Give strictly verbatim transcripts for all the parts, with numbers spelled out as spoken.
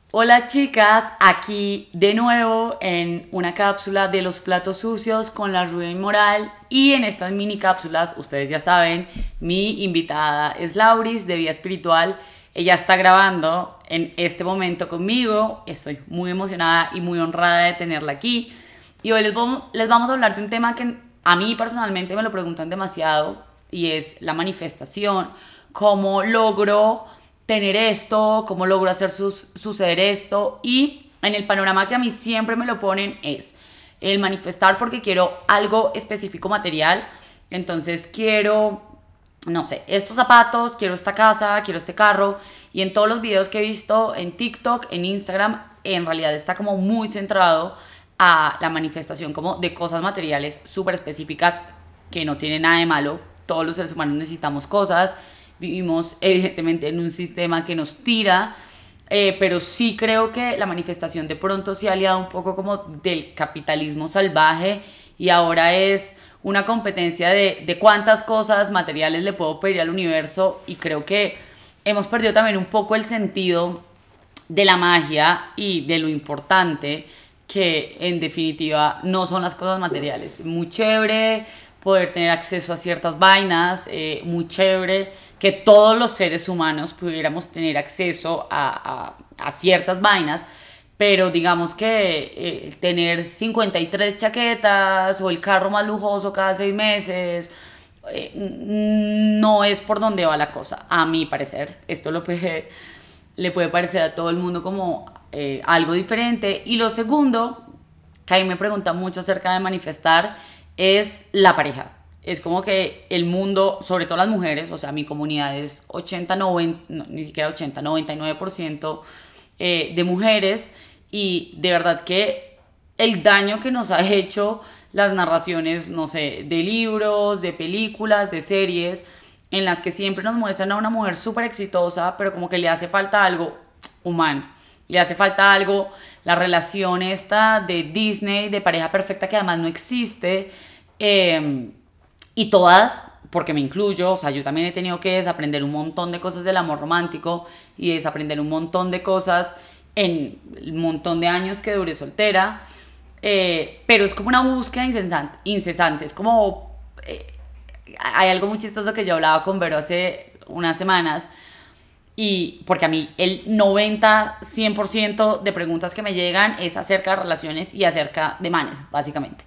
Hola chicas, aquí de nuevo en una cápsula de los platos sucios con la Rubia Inmoral y en estas mini cápsulas, ustedes ya saben, mi invitada es Lauris de Vía Espiritual. Ella está grabando en este momento conmigo, estoy muy emocionada y muy honrada de tenerla aquí y hoy les vamos, les vamos a hablar de un tema que a mí personalmente me lo preguntan demasiado y es la manifestación, cómo logro tener esto, cómo logro hacer sus, suceder esto. Y en el panorama que a mí siempre me lo ponen es el manifestar porque quiero algo específico material. Entonces quiero, no sé, estos zapatos, quiero esta casa, quiero este carro. Y en todos los videos que he visto en TikTok, en Instagram, en realidad está como muy centrado a la manifestación como de cosas materiales súper específicas que no tienen nada de malo. Todos los seres humanos necesitamos cosas. Vivimos evidentemente en un sistema que nos tira, eh, pero sí creo que la manifestación de pronto se ha aliado un poco como del capitalismo salvaje y ahora es una competencia de, de cuántas cosas materiales le puedo pedir al universo, y creo que hemos perdido también un poco el sentido de la magia y de lo importante que en definitiva no son las cosas materiales. Muy chévere poder tener acceso a ciertas vainas, eh, muy chévere que todos los seres humanos pudiéramos tener acceso a, a, a ciertas vainas, pero digamos que eh, tener cincuenta y tres chaquetas o el carro más lujoso cada seis meses eh, no es por donde va la cosa, a mi parecer. Esto lo puede, le puede parecer a todo el mundo como eh, algo diferente. Y lo segundo, que a mí me preguntan mucho acerca de manifestar, es la pareja. Es como que el mundo, sobre todo las mujeres, o sea, mi comunidad es ochenta, noventa, no, ni siquiera ochenta, noventa y nueve por ciento eh, de mujeres, y de verdad que el daño que nos ha hecho las narraciones, no sé, de libros, de películas, de series, en las que siempre nos muestran a una mujer súper exitosa, pero como que le hace falta algo humano, le hace falta algo, la relación esta de Disney, de pareja perfecta, que además no existe, eh, y todas, porque me incluyo, o sea, yo también he tenido que desaprender un montón de cosas del amor romántico y desaprender un montón de cosas en el montón de años que duré soltera, eh, pero es como una búsqueda incesante, incesante. Es como, eh, hay algo muy chistoso que yo hablaba con Vero hace unas semanas, y porque a mí el noventa, cien por ciento de preguntas que me llegan es acerca de relaciones y acerca de manes, básicamente.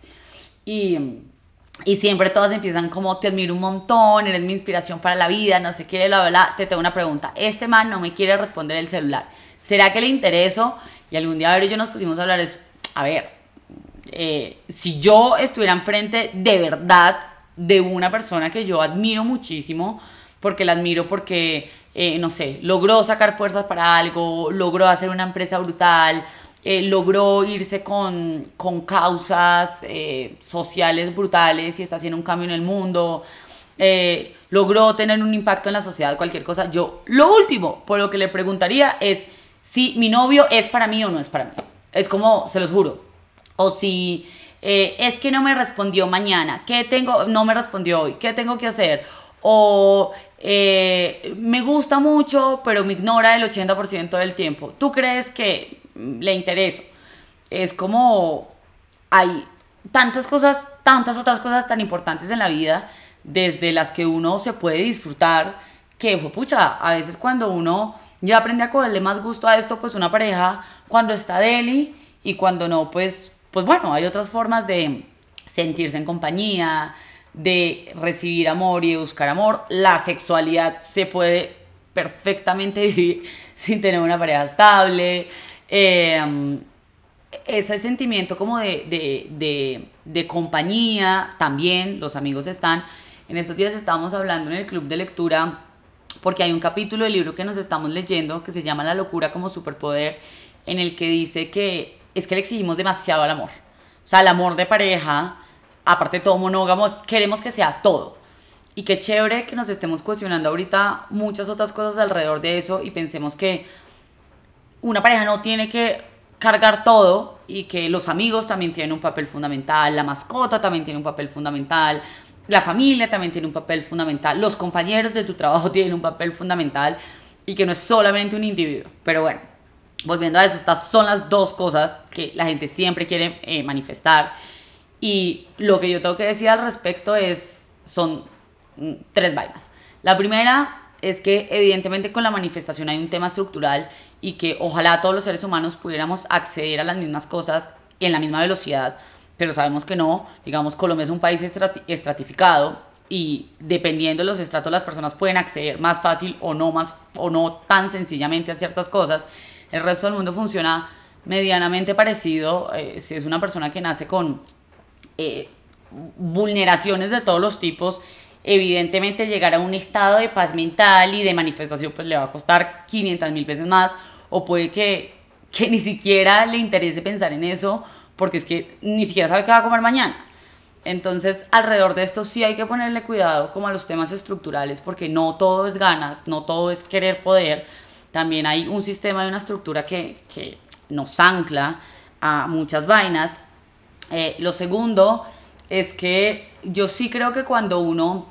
Y, y siempre todas empiezan como: te admiro un montón, eres mi inspiración para la vida, no sé qué, bla, bla, bla. Te tengo una pregunta: este man no me quiere responder el celular, ¿será que le intereso? Y algún día a ver y yo nos pusimos a hablar, es, a ver, eh, si yo estuviera enfrente de verdad de una persona que yo admiro muchísimo, porque la admiro porque, eh, no sé, logró sacar fuerzas para algo, logró hacer una empresa brutal, eh, logró irse con, con causas eh, sociales brutales y está haciendo un cambio en el mundo, eh, logró tener un impacto en la sociedad, cualquier cosa. Yo lo último por lo que le preguntaría es si mi novio es para mí o no es para mí. Es como, se los juro. O si eh, es que no me respondió mañana, ¿qué tengo? No me respondió hoy, ¿qué tengo que hacer? O eh, me gusta mucho, pero me ignora el ochenta por ciento del tiempo. ¿Tú crees que le intereso? Es como, hay tantas cosas, tantas otras cosas tan importantes en la vida, desde las que uno se puede disfrutar, que, pucha, a veces cuando uno ya aprende a cogerle más gusto a esto, pues una pareja, cuando está deli, y cuando no, pues, pues bueno, hay otras formas de sentirse en compañía, de recibir amor y de buscar amor. La sexualidad se puede perfectamente vivir sin tener una pareja estable. Eh, ese sentimiento como de, de, de, de compañía, también los amigos están. En estos días estábamos hablando en el club de lectura porque hay un capítulo del libro que nos estamos leyendo que se llama La locura como superpoder, en el que dice que es que le exigimos demasiado al amor. O sea, el amor de pareja, aparte de todo monógamo, queremos que sea todo. Y qué chévere que nos estemos cuestionando ahorita muchas otras cosas alrededor de eso y pensemos que una pareja no tiene que cargar todo, y que los amigos también tienen un papel fundamental, la mascota también tiene un papel fundamental, la familia también tiene un papel fundamental, los compañeros de tu trabajo tienen un papel fundamental, y que no es solamente un individuo. Pero bueno, volviendo a eso, estas son las dos cosas que la gente siempre quiere eh, manifestar. Y lo que yo tengo que decir al respecto es, son mm, tres vainas. La primera es que evidentemente con la manifestación hay un tema estructural y que ojalá todos los seres humanos pudiéramos acceder a las mismas cosas en la misma velocidad, pero sabemos que no. Digamos, Colombia es un país estratificado y dependiendo de los estratos las personas pueden acceder más fácil o no, más, o no tan sencillamente a ciertas cosas. El resto del mundo funciona medianamente parecido. Eh, si es una persona que nace con eh, vulneraciones de todos los tipos, evidentemente llegar a un estado de paz mental y de manifestación pues le va a costar quinientas mil veces más, o puede que, que ni siquiera le interese pensar en eso porque es que ni siquiera sabe qué va a comer mañana. Entonces alrededor de esto sí hay que ponerle cuidado como a los temas estructurales, porque no todo es ganas, no todo es querer poder. También hay un sistema y una estructura que, que nos ancla a muchas vainas. Eh, lo segundo es que yo sí creo que cuando uno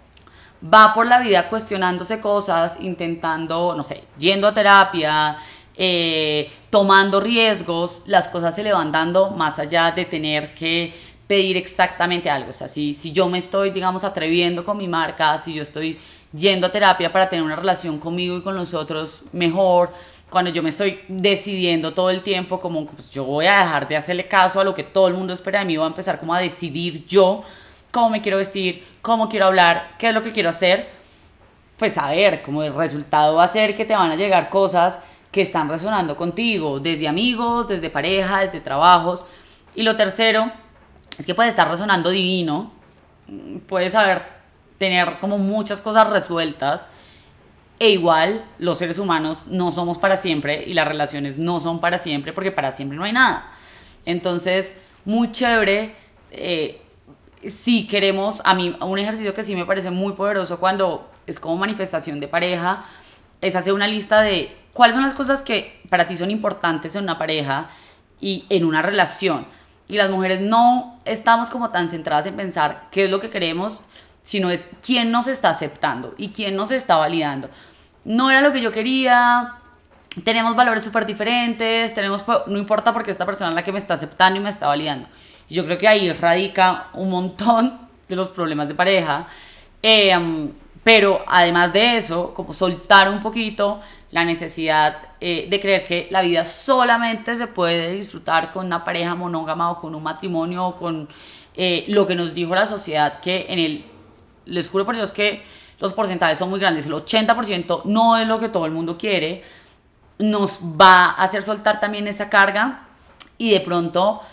va por la vida cuestionándose cosas, intentando, no sé, yendo a terapia, eh, tomando riesgos, las cosas se le van dando más allá de tener que pedir exactamente algo. O sea, si, si yo me estoy, digamos, atreviendo con mi marca, si yo estoy yendo a terapia para tener una relación conmigo y con los otros mejor, cuando yo me estoy decidiendo todo el tiempo como pues yo voy a dejar de hacerle caso a lo que todo el mundo espera de mí, voy a empezar como a decidir yo cómo me quiero vestir, cómo quiero hablar, qué es lo que quiero hacer, pues a ver, como el resultado va a ser que te van a llegar cosas que están resonando contigo, desde amigos, desde pareja, desde trabajos. Y lo tercero es que puede estar resonando divino, puedes saber tener como muchas cosas resueltas, e igual los seres humanos no somos para siempre y las relaciones no son para siempre, porque para siempre no hay nada. Entonces, muy chévere. Eh, si queremos, a mí un ejercicio que sí me parece muy poderoso cuando es como manifestación de pareja, es hacer una lista de cuáles son las cosas que para ti son importantes en una pareja y en una relación. Y las mujeres no estamos como tan centradas en pensar qué es lo que queremos, sino es quién nos está aceptando y quién nos está validando. No era lo que yo quería, tenemos valores súper diferentes, tenemos, no importa porque esta persona es la que me está aceptando y me está validando. Y yo creo que ahí radica un montón de los problemas de pareja. Eh, pero además de eso, como soltar un poquito la necesidad eh, de creer que la vida solamente se puede disfrutar con una pareja monógama o con un matrimonio o con eh, lo que nos dijo la sociedad, que en el, les juro por Dios que los porcentajes son muy grandes, el ochenta por ciento no es lo que todo el mundo quiere, nos va a hacer soltar también esa carga y de pronto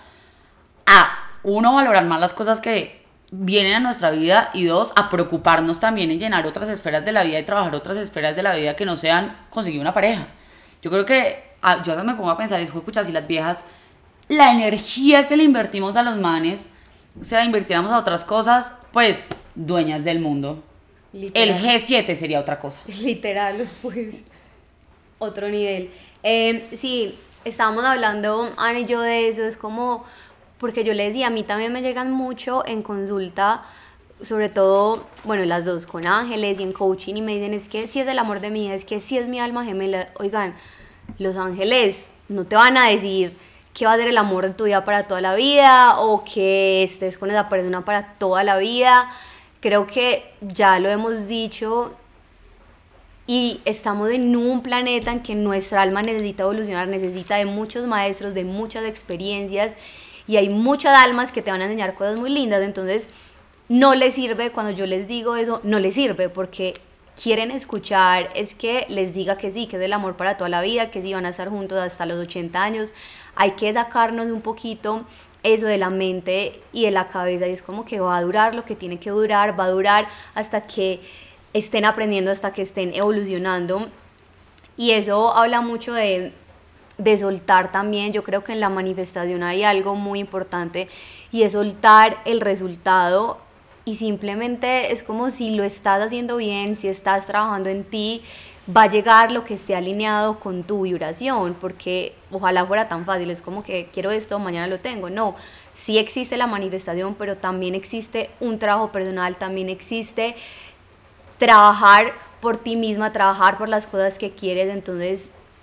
a uno valorar más las cosas que vienen a nuestra vida y dos, a preocuparnos también en llenar otras esferas de la vida y trabajar otras esferas de la vida que no sean conseguir una pareja. Yo creo que, ah, yo me pongo a pensar, escucha, si las viejas, la energía que le invertimos a los manes, se la invirtiéramos a otras cosas, pues dueñas del mundo. Literal. El G siete sería otra cosa. Literal, pues otro nivel. Eh, sí, estábamos hablando, Ana y yo, de eso, es como, porque yo les decía, a mí también me llegan mucho en consulta, sobre todo, bueno, las dos, con ángeles y en coaching, y me dicen, es que si es el amor de mi vida, es que si es mi alma gemela. Oigan, los ángeles no te van a decir que va a ser el amor de tu vida para toda la vida, o que estés con esa persona para toda la vida. Creo que ya lo hemos dicho y estamos en un planeta en que nuestra alma necesita evolucionar, necesita de muchos maestros, de muchas experiencias, y hay muchas almas que te van a enseñar cosas muy lindas. Entonces no les sirve, cuando yo les digo eso, no les sirve porque quieren escuchar es que les diga que sí, que es el amor para toda la vida, que sí van a estar juntos hasta los ochenta años. Hay que sacarnos un poquito eso de la mente y de la cabeza, y es como que va a durar lo que tiene que durar, va a durar hasta que estén aprendiendo, hasta que estén evolucionando. Y eso habla mucho de, de soltar también. Yo creo que en la manifestación hay algo muy importante, y es soltar el resultado, y simplemente es como si lo estás haciendo bien, si estás trabajando en ti, va a llegar lo que esté alineado con tu vibración, porque ojalá fuera tan fácil, es como que quiero esto, mañana lo tengo. No, sí existe la manifestación, pero también existe un trabajo personal, también existe trabajar por ti misma, trabajar por las cosas que quieres. Entonces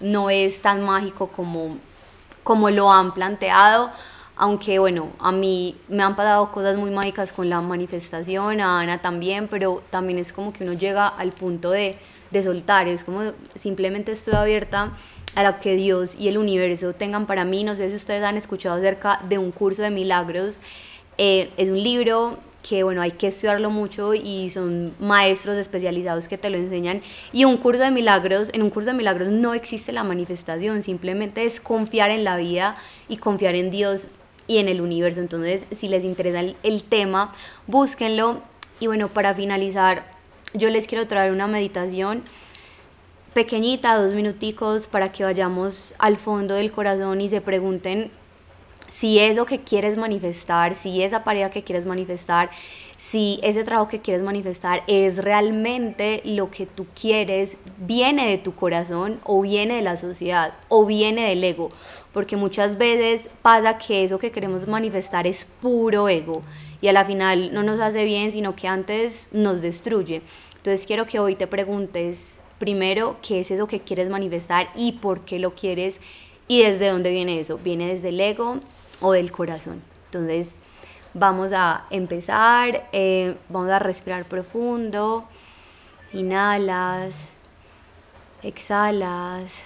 no es tan mágico como, como lo han planteado, aunque bueno, a mí me han pasado cosas muy mágicas con la manifestación, a Ana también, pero también es como que uno llega al punto de, de soltar, es como simplemente estoy abierta a lo que Dios y el universo tengan para mí. No sé si ustedes han escuchado acerca de un curso de milagros, eh, es un libro que bueno, hay que estudiarlo mucho y son maestros especializados que te lo enseñan. Y un curso de milagros, en un curso de milagros no existe la manifestación, simplemente es confiar en la vida y confiar en Dios y en el universo. Entonces, si les interesa el, el tema, búsquenlo. Y bueno, para finalizar, yo les quiero traer una meditación pequeñita, dos minuticos, para que vayamos al fondo del corazón y se pregunten si eso que quieres manifestar, si esa pareja que quieres manifestar, si ese trabajo que quieres manifestar es realmente lo que tú quieres, viene de tu corazón o viene de la sociedad o viene del ego, porque muchas veces pasa que eso que queremos manifestar es puro ego y a la final no nos hace bien, sino que antes nos destruye. Entonces quiero que hoy te preguntes primero qué es eso que quieres manifestar y por qué lo quieres y desde dónde viene eso. ¿Viene desde el ego o del corazón? Entonces vamos a empezar, eh, vamos a respirar profundo, inhalas, exhalas,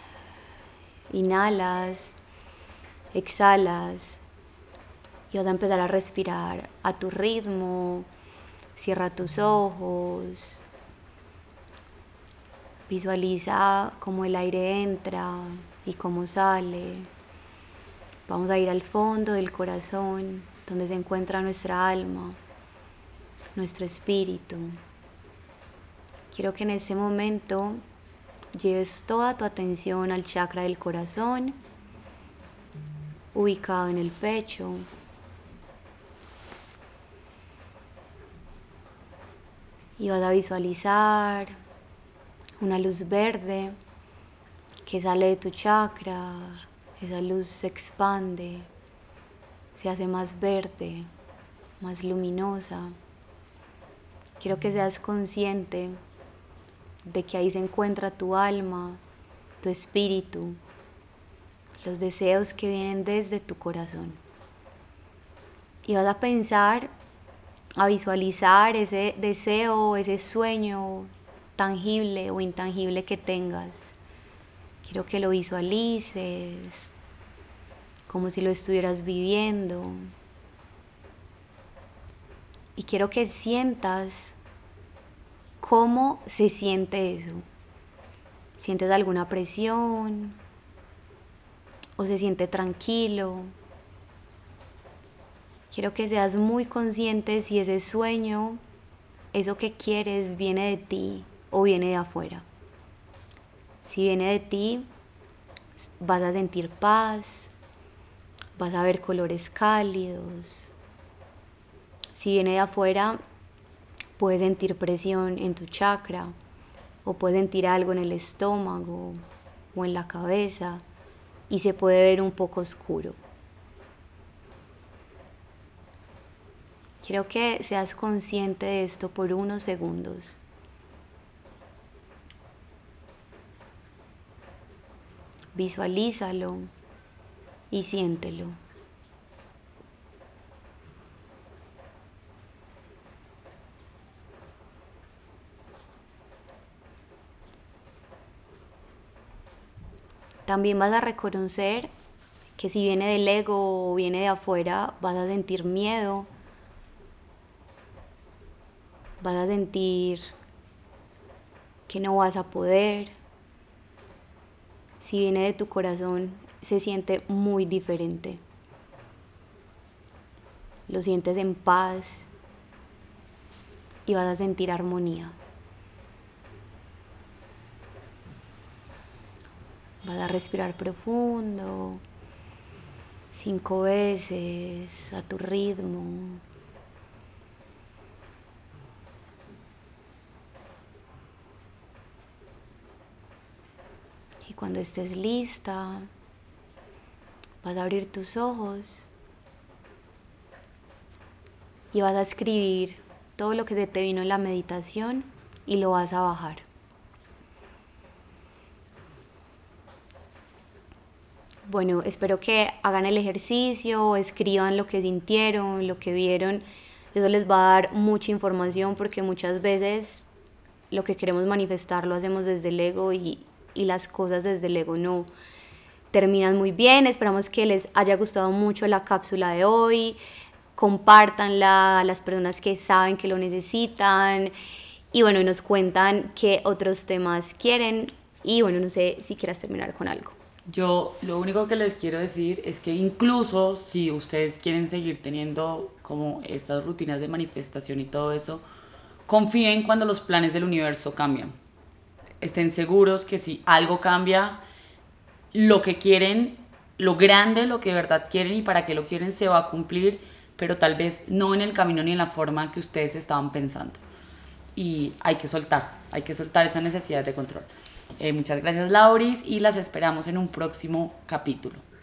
inhalas, exhalas y vas a empezar a respirar a tu ritmo. Cierra tus ojos, visualiza cómo el aire entra y cómo sale. Vamos a ir al fondo del corazón, donde se encuentra nuestra alma, nuestro espíritu. Quiero que en este momento lleves toda tu atención al chakra del corazón, ubicado en el pecho. Y vas a visualizar una luz verde que sale de tu chakra. Esa luz se expande, se hace más verde, más luminosa. Quiero que seas consciente de que ahí se encuentra tu alma, tu espíritu, los deseos que vienen desde tu corazón. Y vas a pensar, a visualizar ese deseo, ese sueño tangible o intangible que tengas. Quiero que lo visualices como si lo estuvieras viviendo. Y quiero que sientas cómo se siente eso. ¿Sientes alguna presión? ¿O se siente tranquilo? Quiero que seas muy consciente si ese sueño, eso que quieres, viene de ti o viene de afuera. Si viene de ti, vas a sentir paz, vas a ver colores cálidos. Si viene de afuera, puedes sentir presión en tu chakra o puedes sentir algo en el estómago o en la cabeza y se puede ver un poco oscuro. Quiero que seas consciente de esto por unos segundos. Visualízalo y siéntelo. También vas a reconocer que si viene del ego o viene de afuera, vas a sentir miedo, vas a sentir que no vas a poder. Si viene de tu corazón, se siente muy diferente. Lo sientes en paz y vas a sentir armonía. Vas a respirar profundo, cinco veces a tu ritmo. Y cuando estés lista, vas a abrir tus ojos y vas a escribir todo lo que se te vino en la meditación y lo vas a bajar. bueno, espero que hagan el ejercicio, escriban lo que sintieron, lo que vieron. Eso les va a dar mucha información porque muchas veces lo que queremos manifestar lo hacemos desde el ego y, y las cosas desde el ego no terminan muy bien. Esperamos que les haya gustado mucho la cápsula de hoy. Compártanla a las personas que saben que lo necesitan. Y bueno, nos cuentan qué otros temas quieren. Y bueno, no sé si quieras terminar con algo. Yo lo único que les quiero decir es que incluso si ustedes quieren seguir teniendo como estas rutinas de manifestación y todo eso, confíen cuando los planes del universo cambian. Estén seguros que si algo cambia, lo que quieren, lo grande, lo que de verdad quieren y para qué lo quieren se va a cumplir, pero tal vez no en el camino ni en la forma que ustedes estaban pensando. Y hay que soltar, hay que soltar esa necesidad de control. Eh, muchas gracias, Lauris, y las esperamos en un próximo capítulo.